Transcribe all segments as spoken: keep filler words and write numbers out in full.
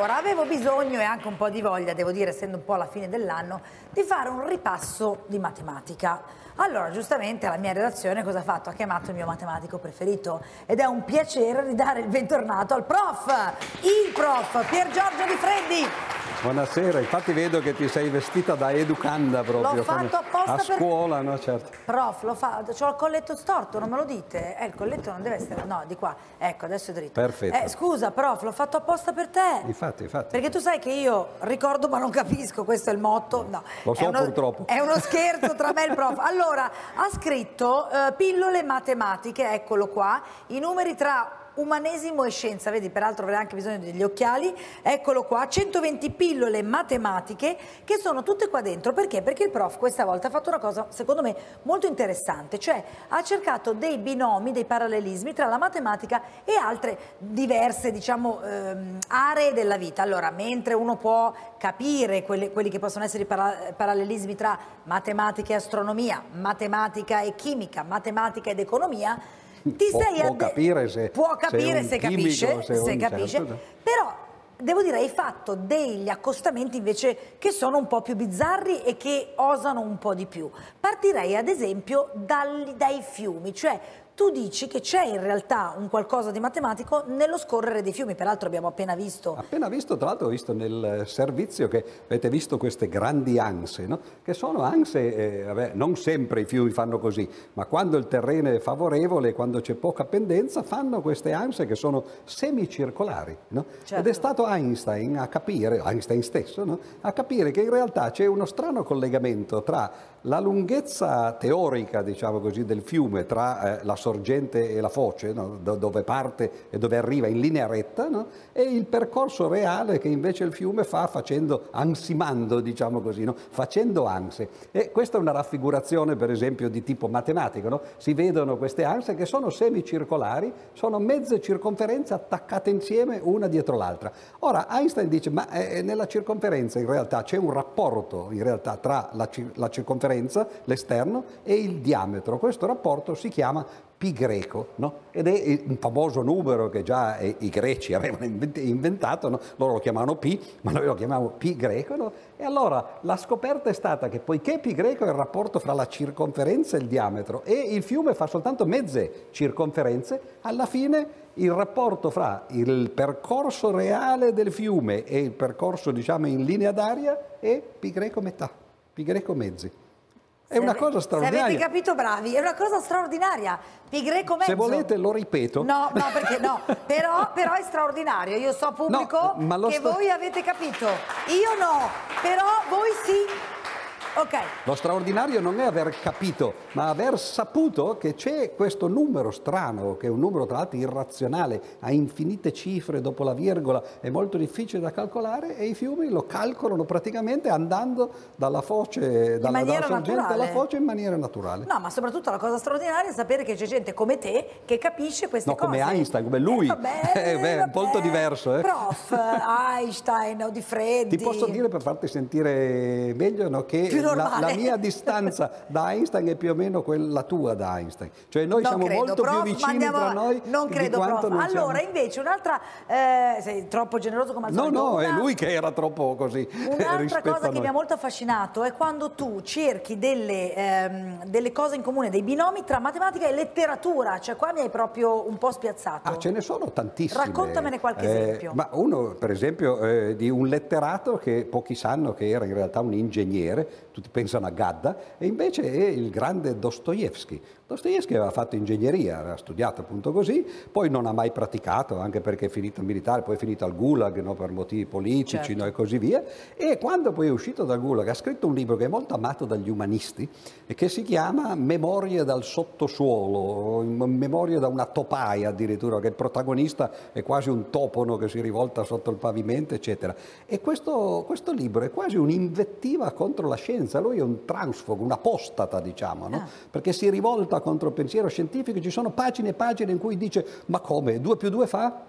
Allora, avevo bisogno e anche un po' di voglia, devo dire, essendo un po' alla fine dell'anno, di fare un ripasso di matematica. Allora, giustamente, la mia redazione cosa ha fatto? Ha chiamato il mio matematico preferito ed è un piacere ridare il bentornato al prof, il prof Pier Giorgio Di Freddi. Buonasera, infatti vedo che ti sei vestita da educanda proprio. L'ho fatto apposta a per... scuola, no? Certo. Prof, lo fa... c'ho il colletto storto, non me lo dite? Eh, il colletto non deve essere... No, di qua. Ecco, adesso è dritto. Perfetto. Eh, scusa, prof, l'ho fatto apposta per te. Infatti, infatti. Perché tu sai che io ricordo ma non capisco, questo è il motto. No, lo so è uno... purtroppo. È uno scherzo tra me e il prof. Allora, ha scritto eh, pillole matematiche, eccolo qua, i numeri tra... umanesimo e scienza, vedi, peraltro avrei anche bisogno degli occhiali, eccolo qua, centoventi pillole matematiche che sono tutte qua dentro. Perché? Perché il prof questa volta ha fatto una cosa secondo me molto interessante, cioè ha cercato dei binomi, dei parallelismi tra la matematica e altre diverse, diciamo, ehm, aree della vita. Allora, mentre uno può capire quelli, quelli che possono essere i para parallelismi tra matematica e astronomia, matematica e chimica, matematica ed economia, Ti può, sei può capire se, può capire se, se capisce, chimico, se, se capisce certo. Però devo dire hai fatto degli accostamenti invece che sono un po' più bizzarri e che osano un po' di più. Partirei ad esempio dal, dai fiumi, cioè tu dici che c'è in realtà un qualcosa di matematico nello scorrere dei fiumi, peraltro abbiamo appena visto... Appena visto, tra l'altro ho visto nel servizio che avete visto queste grandi anse, no? Che sono anse, eh, vabbè, non sempre i fiumi fanno così, ma quando il terreno è favorevole, quando c'è poca pendenza, fanno queste anse che sono semicircolari, no? Certo. Ed è stato Einstein a capire, Einstein stesso, no? A capire che in realtà c'è uno strano collegamento tra la lunghezza teorica, diciamo così, del fiume, tra eh, la sorgente e la foce, no? Dove parte e dove arriva in linea retta, no? E il percorso reale che invece il fiume fa facendo, ansimando, diciamo così, no? Facendo anse. E questa è una raffigurazione, per esempio, di tipo matematico, no? Si vedono queste anse che sono semicircolari, sono mezze circonferenze attaccate insieme una dietro l'altra. Ora Einstein dice, ma eh, nella circonferenza in realtà c'è un rapporto in realtà tra la, la circonferenza, l'esterno, e il diametro. Questo rapporto si chiama pi greco, no? Ed è un famoso numero che già i greci avevano inventato, no? Loro lo chiamavano pi, ma noi lo chiamiamo pi greco, no? E allora la scoperta è stata che poiché pi greco è il rapporto fra la circonferenza e il diametro e il fiume fa soltanto mezze circonferenze, alla fine il rapporto fra il percorso reale del fiume e il percorso, diciamo, in linea d'aria è pi greco metà, pi greco mezzi. È una cosa straordinaria. Se avete capito, bravi, è una cosa straordinaria. Pi greco mezzo. Se volete lo ripeto. No, no, perché no. Però, però è straordinario. Io so pubblico no, che sta... voi avete capito. Io no, però voi sì. Ok. Lo straordinario non è aver capito, ma aver saputo che c'è questo numero strano, che è un numero tra l'altro irrazionale, ha infinite cifre dopo la virgola, è molto difficile da calcolare e i fiumi lo calcolano praticamente andando dalla foce, dalla, dalla sorgente alla foce in maniera naturale. No, ma soprattutto la cosa straordinaria è sapere che c'è gente come te che capisce queste no, cose. No, come Einstein, come lui. Eh, vabbè, eh, beh, è molto diverso. Eh. Prof, Einstein o Di Freddi. Ti posso dire, per farti sentire meglio, no, che La, la mia distanza da Einstein è più o meno quella tua da Einstein, cioè noi non siamo credo, molto prof, più vicini andiamo, tra noi non di credo, quanto prof. non Allora siamo... invece un'altra eh, sei troppo generoso come al no solito. no Una... è lui che era troppo così. Un'altra cosa che mi ha molto affascinato è quando tu cerchi delle, ehm, delle cose in comune, dei binomi tra matematica e letteratura, cioè qua mi hai proprio un po' spiazzato. Ah, ce ne sono tantissime. Raccontamene qualche eh, esempio. Ma uno per esempio eh, di un letterato che pochi sanno che era in realtà un ingegnere, tutti pensano a Gadda, e invece è il grande Dostoevsky. Dostoevsky aveva fatto ingegneria, aveva studiato appunto così, poi non ha mai praticato, anche perché è finito il militare, poi è finito al Gulag, no, per motivi politici, certo, no, e così via, e quando poi è uscito dal Gulag ha scritto un libro che è molto amato dagli umanisti e che si chiama Memorie dal sottosuolo, Memorie da una topaia addirittura, che il protagonista è quasi un topono che si rivolta sotto il pavimento, eccetera. E questo, questo libro è quasi un'invettiva contro la scienza, lui è un transfogo, un apostata, diciamo, no? Ah. Perché si rivolta contro il pensiero scientifico, ci sono pagine e pagine in cui dice ma come, due più due fa?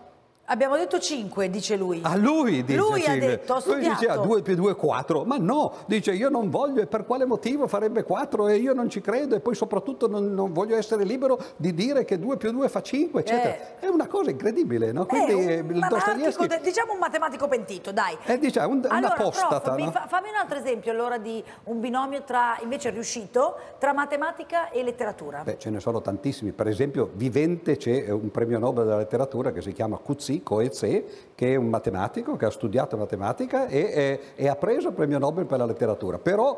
Abbiamo detto cinque, dice lui. A lui dice Lui ha cinque. detto, ho Lui studiato. diceva due più due, quattro. Ma no, dice io non voglio e per quale motivo farebbe quattro e io non ci credo e poi soprattutto non, non voglio essere libero di dire che due più due fa cinque, eccetera. Eh. È una cosa incredibile, no? È Quindi un il Dostoevskij... matematico, diciamo un matematico pentito, dai. È diciamo, un, allora, una postata, prof, no? mi fa, fammi un altro esempio allora di un binomio tra, invece riuscito, tra matematica e letteratura. Beh, ce ne sono tantissimi. Per esempio, vivente c'è un premio Nobel della letteratura che si chiama Coetzee, Coetzee, che è un matematico che ha studiato matematica e, e, e ha preso il premio Nobel per la letteratura. Però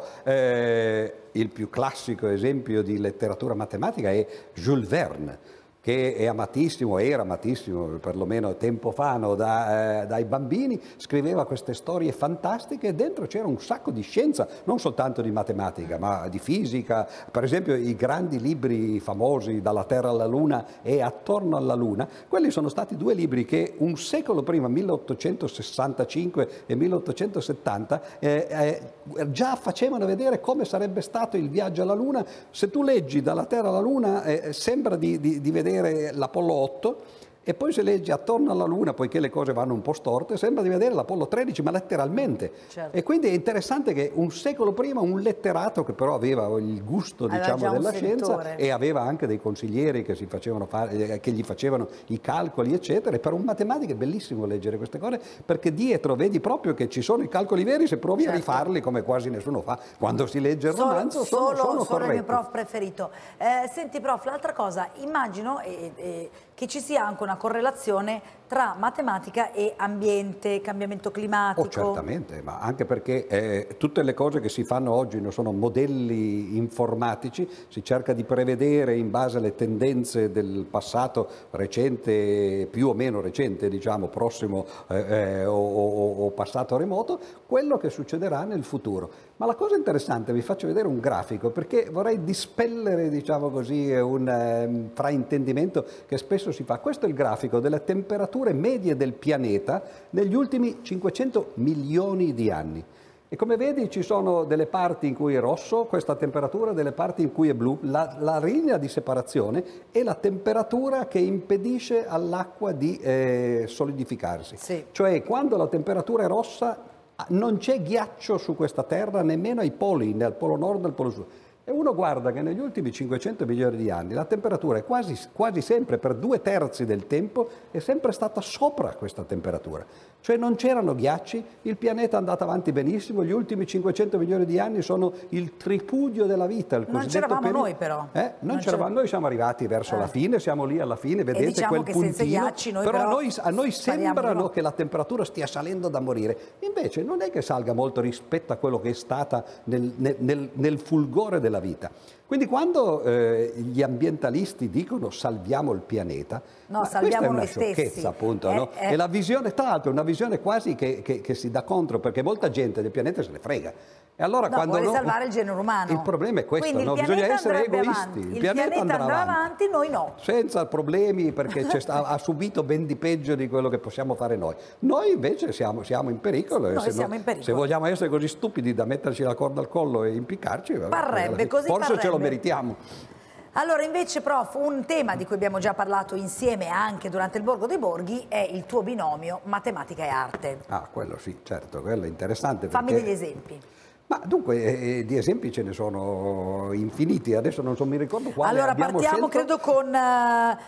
eh, il più classico esempio di letteratura matematica è Jules Verne, che è amatissimo, era amatissimo perlomeno tempo fa, no, da, eh, dai bambini, scriveva queste storie fantastiche e dentro c'era un sacco di scienza, non soltanto di matematica, ma di fisica. Per esempio i grandi libri famosi, Dalla Terra alla Luna e Attorno alla Luna, quelli sono stati due libri che un secolo prima, milleottocentosessantacinque e milleottocentosettanta, eh, eh, già facevano vedere come sarebbe stato il viaggio alla Luna. Se tu leggi Dalla Terra alla Luna eh, sembra di, di, di vedere l'Apollo otto e poi se leggi Attorno alla Luna, poiché le cose vanno un po' storte, sembra di vedere l'Apollo tredici, ma letteralmente. Certo. E quindi è interessante che un secolo prima un letterato che però aveva il gusto, Aveva diciamo, già un della sentore. scienza e aveva anche dei consiglieri che, si facevano fare, che gli facevano i calcoli, eccetera. E per un matematico è bellissimo leggere queste cose perché dietro vedi proprio che ci sono i calcoli veri, se provi Certo. a rifarli come quasi nessuno fa. Quando si legge il Solo- romanzo sono, solo, sono solo il mio corretti. prof preferito. Eh, senti prof, l'altra cosa, immagino eh, eh, che ci sia anche una correlazione tra matematica e ambiente, cambiamento climatico. Oh, certamente, ma anche perché eh, tutte le cose che si fanno oggi non sono modelli informatici, si cerca di prevedere in base alle tendenze del passato recente, più o meno recente, diciamo, prossimo eh, eh, o, o, o passato remoto, quello che succederà nel futuro. Ma la cosa interessante, vi faccio vedere un grafico perché vorrei dispellere, diciamo così, un eh, fraintendimento che spesso si fa. Questo è il grafico delle temperature medie del pianeta negli ultimi cinquecento milioni di anni. E come vedi ci sono delle parti in cui è rosso questa temperatura, delle parti in cui è blu. La, la linea di separazione è la temperatura che impedisce all'acqua di eh, solidificarsi. Sì. Cioè quando la temperatura è rossa non c'è ghiaccio su questa terra nemmeno ai poli, nel polo nord e nel polo sud. E uno guarda che negli ultimi cinquecento milioni di anni la temperatura è quasi, quasi sempre, per due terzi del tempo, è sempre stata sopra questa temperatura. Cioè non c'erano ghiacci, il pianeta è andato avanti benissimo, gli ultimi cinquecento milioni di anni sono il tripudio della vita. Il Non cosiddetto c'eravamo periodo- noi però. Eh? Non, Non c'eravamo, c'era- noi siamo arrivati verso Eh. la fine, siamo lì alla fine, vedete diciamo quel che puntino. senza ghiacci noi però, però a noi, a noi spariamo di sembrano nuovo. che la temperatura stia salendo da morire. Invece non è che salga molto rispetto a quello che è stata nel, nel- nel- nel fulgore della vita. Quindi quando eh, gli ambientalisti dicono salviamo il pianeta, No, ma salviamo questa è una noi stessi. sciocchezza, appunto, Eh, no? eh. E la visione, tra l'altro, è una visione quasi che, che- che si dà contro, perché molta gente del pianeta se ne frega. E allora No, quando vuole no- salvare il genere umano. Il problema è questo, Quindi no? il Bisogna pianeta essere andrebbe egoisti. avanti. Il Il pianeta pianeta andrà andrà avanti. avanti, noi no. Senza problemi, perché c'è sta- ha subito ben di peggio di quello che possiamo fare noi. Noi invece siamo, siamo in pericolo. e Noi se siamo no- in pericolo. Se vogliamo essere così stupidi da metterci la corda al collo e impiccarci, vabbè, Parrebbe, così forse ce lo parrebbe. meritiamo. Allora invece prof, un tema di cui abbiamo già parlato insieme anche durante il Borgo dei Borghi è il tuo binomio matematica e arte. Ah, quello sì, certo, quello è interessante. Fammi perché- degli esempi. Ma dunque, eh, di esempi ce ne sono infiniti, adesso non so, mi ricordo quale Allora abbiamo partiamo scelto. credo con eh,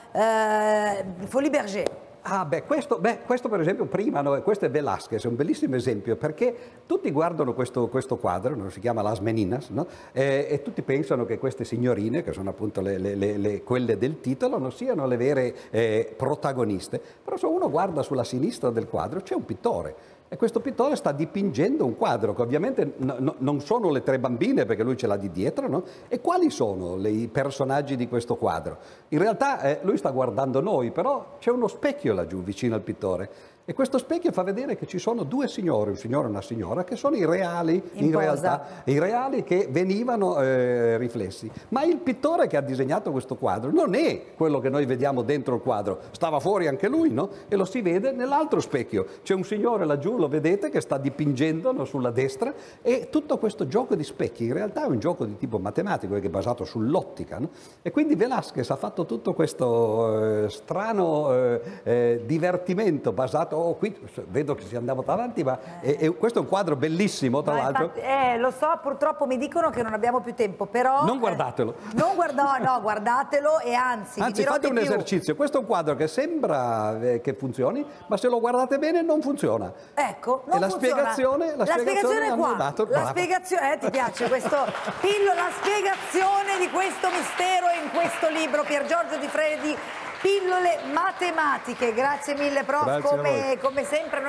eh, Folies Bergère. Ah, beh questo, beh, questo per esempio prima, no, questo è Velázquez, è un bellissimo esempio, perché tutti guardano questo, questo quadro, no, si chiama Las Meninas, no, e, e tutti pensano che queste signorine, che sono appunto le, le- le- le- quelle del titolo, non siano le vere eh, protagoniste. Però se uno guarda sulla sinistra del quadro c'è un pittore. E questo pittore sta dipingendo un quadro che ovviamente no- no- non sono le tre bambine, perché lui ce l'ha di dietro, no? E quali sono le- i personaggi di questo quadro? In realtà eh, lui sta guardando noi, però c'è uno specchio laggiù vicino al pittore. E questo specchio fa vedere che ci sono due signori, un signore e una signora, che sono i reali, in, In posa. realtà, i reali che venivano eh, riflessi. Ma il pittore che ha disegnato questo quadro non è quello che noi vediamo dentro il quadro, stava fuori anche lui, no? E lo si vede nell'altro specchio. C'è un signore laggiù, lo vedete, che sta dipingendo, no, sulla destra, e tutto questo gioco di specchi in realtà è un gioco di tipo matematico, che è basato sull'ottica, no? E quindi Velázquez ha fatto tutto questo eh, strano eh, eh, divertimento basato, oh, qui vedo che si andava avanti, ma eh. e, e questo è un quadro bellissimo, tra No, l'altro. infatti, eh, lo so, purtroppo mi dicono che non abbiamo più tempo, però... Non guardatelo. Eh, non guarda, no, no, guardatelo e anzi, Anzi, vi dirò fate di un più. esercizio. Questo è un quadro che sembra eh, che funzioni, ma se lo guardate bene non funziona. Ecco, non e la funziona. spiegazione, la spiegazione è hanno qua. dato- La brava. spiegazione, eh, ti piace questo Pillo, la spiegazione di questo mistero in questo libro, Pier Giorgio Di Fredi, Pillole matematiche. Grazie mille, prof, Grazie a come, voi. come sempre.